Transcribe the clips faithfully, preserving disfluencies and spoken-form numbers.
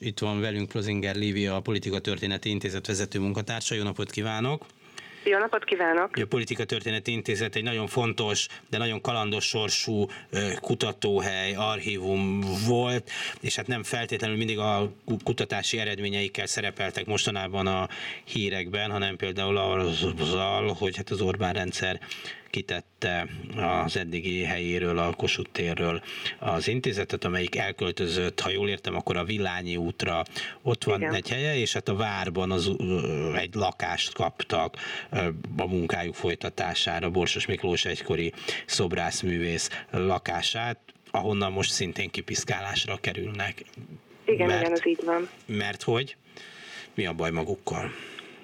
Itt van velünk Plozinger Lívia, a Politikatörténeti Intézet vezető munkatársa. Jó napot kívánok! Jó napot kívánok! A Politikatörténeti Intézet egy nagyon fontos, de nagyon kalandos sorsú kutatóhely, archívum volt, és hát nem feltétlenül mindig a kutatási eredményeikkel szerepeltek mostanában a hírekben, hanem például azzal, hogy hát az Orbán rendszer kitette az eddigi helyéről, a Kossuth térről az intézetet, amelyik elköltözött, ha jól értem, akkor a Villányi útra. Ott van Igen. egy helye, és hát a várban az, egy lakást kaptak a munkájuk folytatására, Borsos Miklós egykori szobrászművész lakását, ahonnan most szintén kipiszkálásra kerülnek. Igen, mert, igen, ez így van. Mert hogy? Mi a baj magukkal?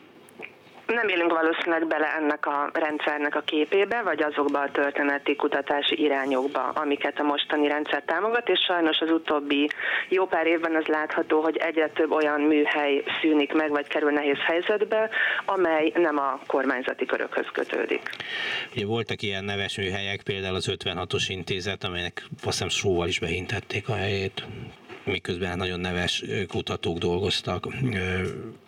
Nem élünk valószínűleg bele ennek a rendszernek a képébe, vagy azokba a történeti kutatási irányokba, amiket a mostani rendszer támogat, és sajnos az utóbbi jó pár évben az látható, hogy egyre több olyan műhely szűnik meg, vagy kerül nehéz helyzetbe, amely nem a kormányzati körökhöz kötődik. Ugye voltak ilyen neves műhelyek, például az ötvenhatos intézet, amelynek azt hiszem szóval is behintették a helyét, miközben nagyon neves kutatók dolgoztak ö,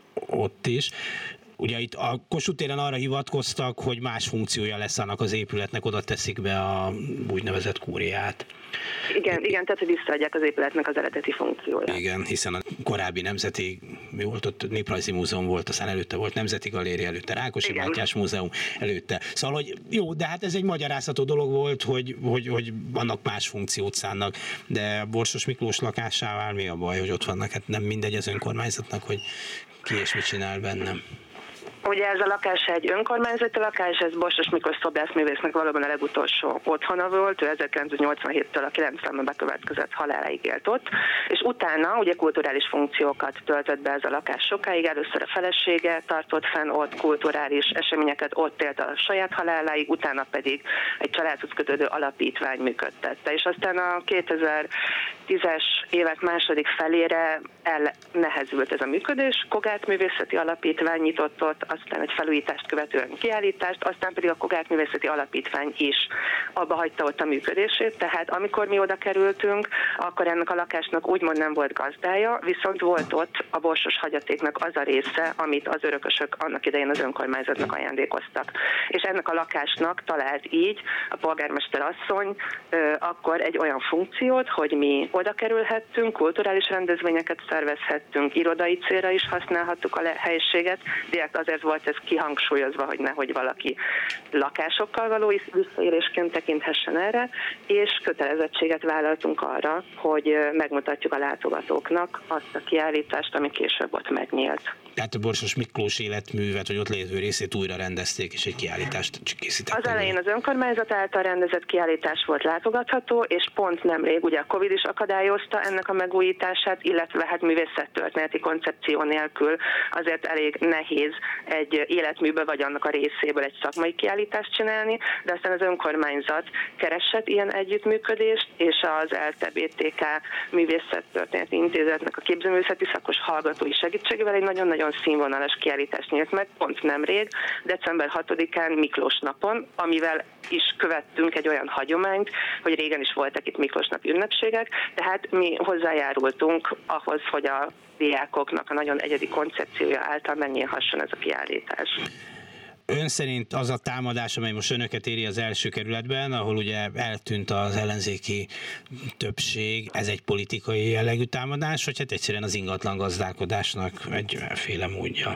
ott is. Ugye itt a Kossuth téren arra hivatkoztak, hogy más funkciója lesz annak az épületnek, oda teszik be a úgynevezett kúriát. Igen, igen, tehát hogy visszaadják az épületnek az eredeti funkcióját. Igen, hiszen a korábbi nemzeti, mi volt ott, Néprajzi Múzeum volt, aztán előtte volt Nemzeti Galéria, előtte Rákosi Mátyás Múzeum, előtte. Szóval, hogy jó, de hát ez egy magyarázható dolog volt, hogy, hogy, hogy annak más funkciót szánnak, de Borsos Miklós lakásával mi a baj, hogy ott vannak? Hát nem mindegy az önkormányzatnak, hogy ki és mit csinál bennem. Ugye ez a lakás egy önkormányzati lakás, ez Borsos Miklós szobrászművésznek valóban a legutolsó otthona volt, ő ezerkilencszáznyolcvanhéttől a kilencvenben bekövetkezett haláláig élt ott, és utána ugye kulturális funkciókat töltött be ez a lakás sokáig, először a felesége tartott fenn ott kulturális eseményeket, ott élt a saját haláláig, utána pedig egy családhoz kötődő alapítvány működtette, és aztán a kétezer-tízes évek második felére elnehezült ez a működés, Kogát Művészeti Alapítvány nyitott ott, aztán egy felújítást követően kiállítást, aztán pedig a Kogát Művészeti Alapítvány is abba hagyta ott a működését, tehát amikor mi oda kerültünk, akkor ennek a lakásnak úgymond nem volt gazdája, viszont volt ott a borsos hagyatéknak az a része, amit az örökösök annak idején az önkormányzatnak ajándékoztak. És ennek a lakásnak talált így a polgármester asszony ö, akkor egy olyan funkciót, hogy mi oda kerülhettünk, kulturális rendezvényeket szervezhettünk, irodai célra is használhattuk a helyiséget, direkt azért volt ez kihangsúlyozva, hogy nehogy valaki lakásokkal való visszaélésként tekinthessen erre, és kötelezettséget vállaltunk arra, hogy megmutatjuk a látogatóknak azt a kiállítást, ami később ott megnyílt. Tehát a Borsos Miklós életművet, hogy ott lévő részét újra rendezték, és egy kiállítást készítettek. Az elején az önkormányzat által rendezett kiállítás volt látogatható, és pont nemrég ugye a Covid is akadályozta ennek a megújítását, illetve hát művészettörténeti koncepció nélkül azért elég nehéz egy életműből vagy annak a részéből egy szakmai kiállítást csinálni, de aztán az önkormányzat keresett ilyen együttműködést, és az el té bé té ká Művészettörténeti Intézetnek a képzőművészeti szakos hallgatói segítségével egy nagyon-nagyon színvonalas kiállítást nyílt meg, pont nemrég, december hatodikán Miklós napon, amivel is követtünk egy olyan hagyományt, hogy régen is voltak itt Miklós napi ünnepségek, tehát mi hozzájárultunk ahhoz, hogy a diákoknak a nagyon egyedi koncepciója által megnyílhasson ez a kiállítás. Ön szerint az a támadás, amely most önöket éri az első kerületben, ahol ugye eltűnt az ellenzéki többség, ez egy politikai jellegű támadás, vagy hát egyszerűen az ingatlan gazdálkodásnak egyféle módja?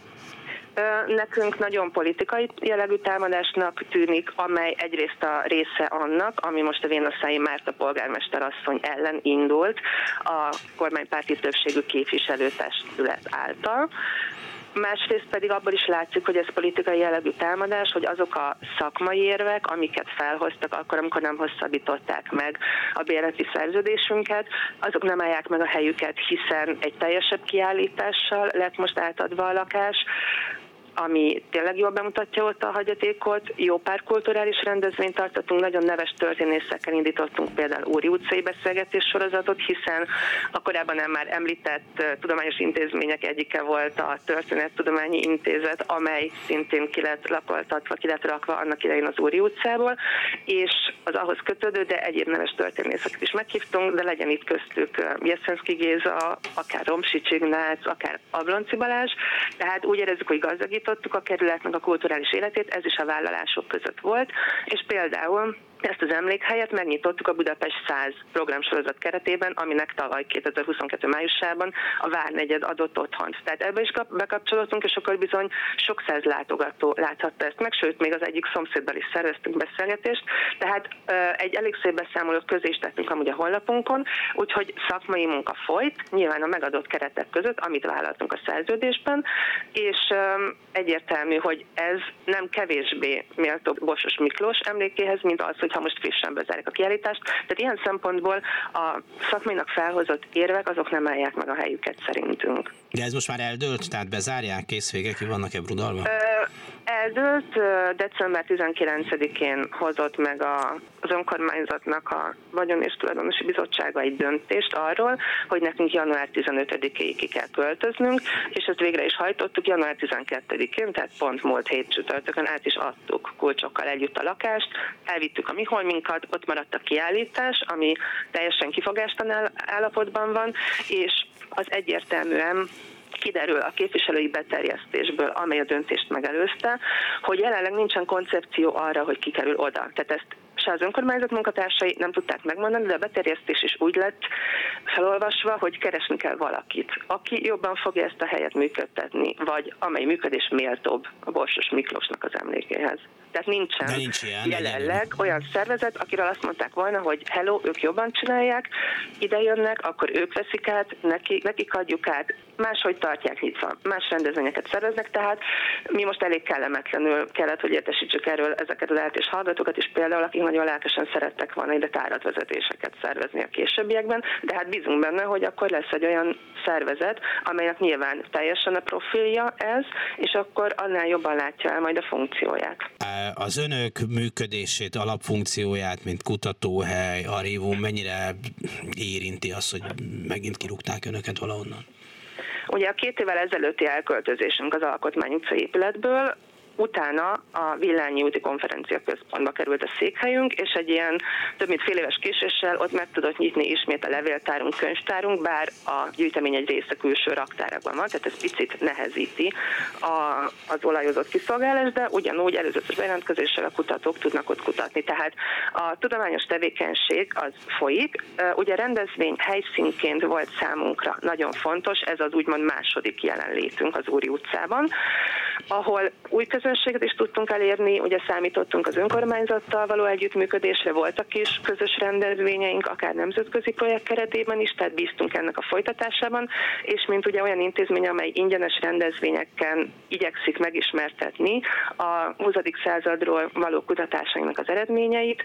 Nekünk nagyon politikai jellegű támadásnak tűnik, amely egyrészt a része annak, ami most a Vénaszái Márta polgármester asszony ellen indult a kormánypárti többségű képviselőtestület által. Másrészt pedig abból is látszik, hogy ez politikai jellegű támadás, hogy azok a szakmai érvek, amiket felhoztak akkor, amikor nem hosszabbították meg a bérleti szerződésünket, azok nem állják meg a helyüket, hiszen egy teljesebb kiállítással lett most átadva a lakás. ami tényleg jól bemutatja ott a hagyatékot. Jó pár kulturális rendezvényt tartottunk, nagyon neves történészekkel indítottunk például Óri utcai beszélgetés sorozatot, hiszen a korábban nem már említett tudományos intézmények egyike volt a Történettudományi Intézet, amely szintén ki lett lakoltatva, ki lett rakva annak idején az Óri utcából, és az ahhoz kötődő, de egyéb neves történészeket is meghívtunk, de legyen itt köztük Jeszenszky Géza, akár Romsics Ignác, akár Ablonci Balázs, tehát úgy érezzük, hogy gazdagítottuk a kerületnek a kulturális életét, ez is a vállalások között volt, és például ezt az emlékhelyet megnyitottuk a Budapest száz programsorozat keretében, aminek tavaly kétezer-huszonkettő májusában a Várnegyed adott otthont. Tehát ebbe is bekapcsolódtunk, és akkor bizony sok száz látogató láthatta ezt meg, sőt, még az egyik szomszéddal is szerveztünk beszélgetést, tehát egy elég szép beszámolót közé is tettünk amúgy a honlapunkon, úgyhogy szakmai munka folyt, nyilván a megadott keretek között, amit vállaltunk a szerződésben, és egyértelmű, hogy ez nem kevésbé méltó Borsos Miklós emlékéhez, mint az, hogy ha most frissen bezárják a kiállítást. Tehát ilyen szempontból a szakmainak felhozott érvek, azok nem állják meg a helyüket szerintünk. De ez most már eldőlt? Tehát bezárják? Kész vége, ki vannak ebben rudalva? Eldőlt, december tizenkilencedikén hozott meg a, az önkormányzatnak a Vagyon és Tulajdonosi Bizottsága egy döntést arról, hogy nekünk január tizenötödikéig ki kell költöznünk, és ezt végre is hajtottuk január tizenkettedikén, tehát pont múlt hét csütörtökön át is adtuk kulcsokkal együtt a lakást, elvittük a mi holminkat, ott maradt a kiállítás, ami teljesen kifogástalan állapotban van, és az egyértelműen kiderül a képviselői beterjesztésből, amely a döntést megelőzte, hogy jelenleg nincsen koncepció arra, hogy ki kerül oda. Tehát ezt se az önkormányzat munkatársai nem tudták megmondani, de a beterjesztés is úgy lett felolvasva, hogy keresni kell valakit, aki jobban fogja ezt a helyet működtetni, vagy amely működés méltóbb a Borsos Miklósnak az emlékéhez. Tehát nincsen nincs ilyen, jelenleg olyan szervezet, akiről azt mondták volna, hogy hello, ők jobban csinálják, ide jönnek, akkor ők veszik át, neki, nekik adjuk át, máshogy tartják nyitva, más rendezvényeket szerveznek, tehát mi most elég kellemetlenül kellett, hogy értesítsük erről ezeket az eltés hallgatókat is, például akik nagyon lelkesen szerettek volna ide táratvezetéseket szervezni a későbbiekben, de hát bízunk benne, hogy akkor lesz egy olyan szervezet, amelynek nyilván teljesen a profilja ez, és akkor annál jobban látja el majd a funkcióját. Az önök működését, alapfunkcióját, mint kutatóhely, archívum, mennyire érinti az, hogy megint kirúgták önöket valahonnan? Ugye a két évvel ezelőtti elköltözésünk az Alkotmány utca épületből, utána a Villányi úti konferenciaközpontba került a székhelyünk, és egy ilyen több mint fél éves késéssel ott meg tudott nyitni ismét a levéltárunk, könyvtárunk, bár a gyűjtemény egy része külső raktárakban van, tehát ez picit nehezíti a, az olajozott kiszolgálást, de ugyanúgy előzetes bejelentkezéssel a kutatók tudnak ott kutatni. Tehát a tudományos tevékenység az folyik. Ugye rendezvény helyszínként volt számunkra nagyon fontos, ez az úgymond második jelenlétünk az Óri utcában, ahol új közönséget is tudtunk elérni, ugye számítottunk az önkormányzattal való együttműködésre, voltak is közös rendezvényeink, akár nemzetközi projekt keretében is, tehát bíztunk ennek a folytatásában, és mint ugye olyan intézmény, amely ingyenes rendezvényeken igyekszik megismertetni a huszadik századról való kutatásainak az eredményeit,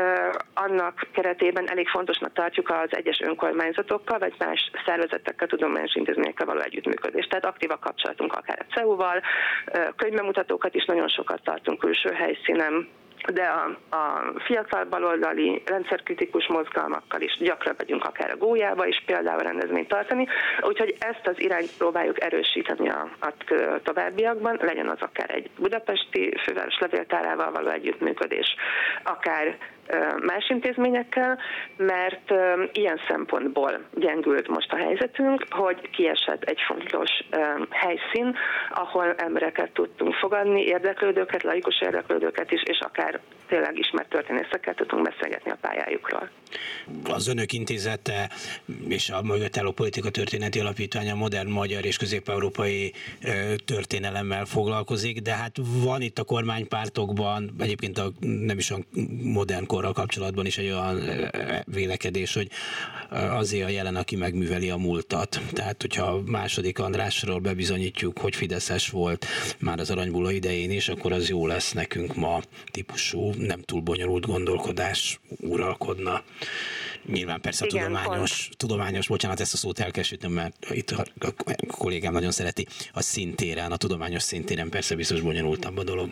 annak keretében elég fontosnak tartjuk az egyes önkormányzatokkal, vagy más szervezetekkel, tudományos intézményekkel való együttműködést. Tehát aktív a kapcsolatunk akár a cé e u-val, könyvbemutatókat is nagyon sokat tartunk külső helyszínen, de a, a fiatal baloldali rendszerkritikus mozgalmakkal is gyakran megyünk akár a Gólyába is például rendezvényt tartani, úgyhogy ezt az irányt próbáljuk erősíteni a, a továbbiakban, legyen az akár egy budapesti főváros levéltárával való együttműködés, akár más intézményekkel, mert ilyen szempontból gyengült most a helyzetünk, hogy kiesett egy fontos helyszín, ahol embereket tudtunk fogadni, érdeklődőket, laikus érdeklődőket is, és akár tényleg ismert történészekkel tudtunk beszélgetni a pályájukról. Az önök intézete és a mögött álló politika történeti alapítványa modern magyar és közép-európai történelemmel foglalkozik, de hát van itt a kormánypártokban, egyébként a, nem is a modern korral kapcsolatban is egy olyan vélekedés, hogy azért a jelen, aki megműveli a múltat. Tehát, hogyha második Andrásról bebizonyítjuk, hogy fideszes volt már az Aranybulla idején is, akkor az jó lesz nekünk ma típusú, nem túl bonyolult gondolkodás uralkodna. Nyilván persze a Igen, tudományos, pont. tudományos, bocsánat, ezt a szót el kell sütnöm, mert itt a, a kollégám nagyon szereti, a szintéren, a tudományos szintéren persze biztos bonyolultabb a dolog.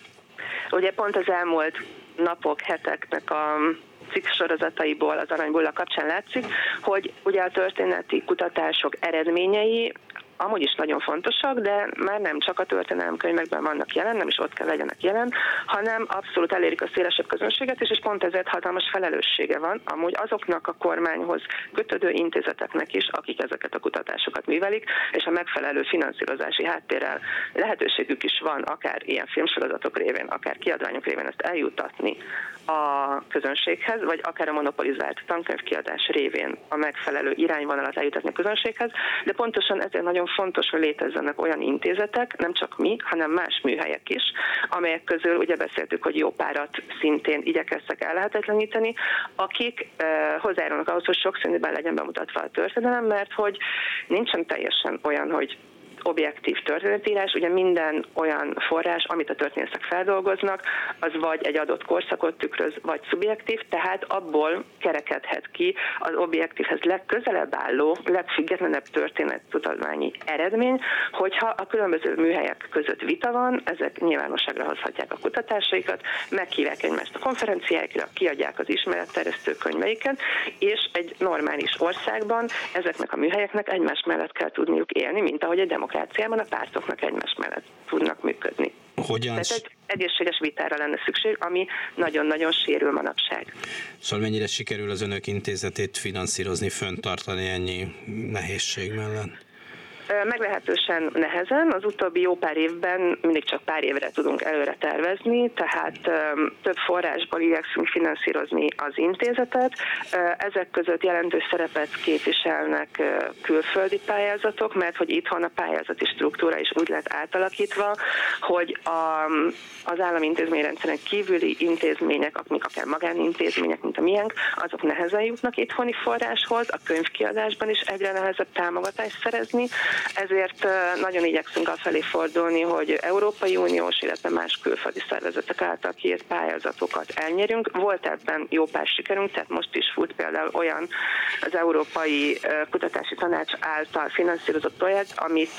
Ugye pont az elmúlt napok, heteknek a cikk sorozataiból, az aranybulla kapcsán látszik, hogy ugye a történeti kutatások eredményei amúgy is nagyon fontosak, de már nem csak a történelemkönyvekben vannak jelen, nem is ott kell legyenek jelen, hanem abszolút elérik a szélesebb közönséget is, és pont ezért hatalmas felelőssége van amúgy azoknak a kormányhoz kötődő intézeteknek is, akik ezeket a kutatásokat művelik, és a megfelelő finanszírozási háttérrel lehetőségük is van, akár ilyen filmsorozatok révén, akár kiadványok révén ezt eljutatni a közönséghez, vagy akár a monopolizált tankönyvkiadás révén a megfelelő irányvonalat eljutatni a közönséghez, de pontosan ezért nagyon fontos, hogy létezzenek olyan intézetek, nem csak mi, hanem más műhelyek is, amelyek közül ugye beszéltük, hogy jó párat szintén igyekeztek ellehetetleníteni, akik eh, hozzájárulnak ahhoz, hogy sokszínűben legyen bemutatva a történelem, mert hogy nincsen teljesen olyan, hogy objektív történetírás, ugye minden olyan forrás, amit a történészek feldolgoznak, az vagy egy adott korszakot tükröz, vagy szubjektív, tehát abból kerekedhet ki az objektívhez legközelebb álló, legfüggetlenebb történettudományi eredmény, hogyha a különböző műhelyek között vita van, ezek nyilvánosságra hozhatják a kutatásaikat, meghívják egymást a konferenciáikra, kiadják az ismeretterjesztő könyveiket, és egy normális országban ezeknek a műhelyeknek egymás mellett kell tudniuk élni, mint ahogy egy demokráciában a pártoknak egymás mellett tudnak működni. Hogyan? Tehát egy egészséges vitára lenne szükség, ami nagyon-nagyon sérül manapság. Szóval mennyire sikerül az önök intézetét finanszírozni, föntartani ennyi nehézség mellett? Meglehetősen nehezen, az utóbbi jó pár évben mindig csak pár évre tudunk előre tervezni, tehát több forrásból igyekszünk finanszírozni az intézetet. Ezek között jelentős szerepet képviselnek külföldi pályázatok, mert hogy itthon a pályázati struktúra is úgy lett átalakítva, hogy a, az állami intézményrendszeren kívüli intézmények, amik akár magánintézmények, mint a miénk, azok nehezen jutnak itthoni forráshoz, a könyvkiadásban is egyre nehezebb támogatást szerezni, ezért nagyon igyekszünk afelé fordulni, hogy Európai Uniós, illetve más külföldi szervezetek által kiírt pályázatokat elnyerünk. Volt ebben jó pár sikerünk, tehát most is fut például olyan az Európai Kutatási Tanács által finanszírozott projekt, amit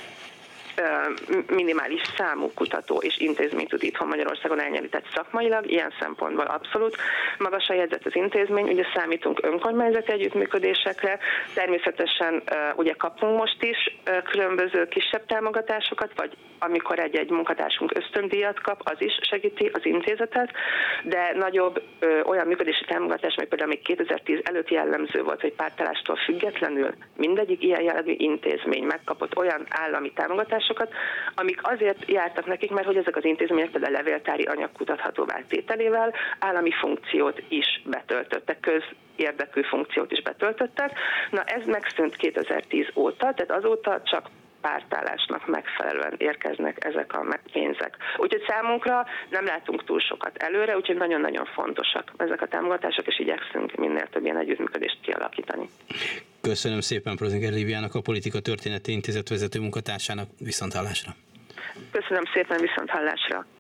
minimális számú kutató és intézmény tud itthon Magyarországon elnyerni, tehát szakmailag ilyen szempontból abszolút magas a jegyzet az intézmény, ugye számítunk önkormányzati együttműködésekre, természetesen ugye kapunk most is különböző kisebb támogatásokat, vagy amikor egy-egy munkatársunk ösztöndíjat kap, az is segíti az intézetet, de nagyobb ö, olyan működési támogatás, meg például még kétezer-tíz előtt jellemző volt, hogy pártállástól függetlenül mindegyik ilyen jellegű intézmény megkapott olyan állami támogatásokat, amik azért jártak nekik, mert hogy ezek az intézmények például levéltári anyag kutathatóvá tételével állami funkciót is betöltöttek, közérdekű funkciót is betöltöttek. Na ez megszűnt kétezer-tíz óta, tehát azóta csak pártállásnak megfelelően érkeznek ezek a pénzek. Úgyhogy számunkra nem látunk túl sokat előre, úgyhogy nagyon-nagyon fontosak ezek a támogatások, és igyekszünk minél több ilyen együttműködést kialakítani. Köszönöm szépen Prozinger Líviának, a Politika Történeti Intézet vezető munkatársának. Viszonthallásra. Köszönöm szépen, viszonthallásra.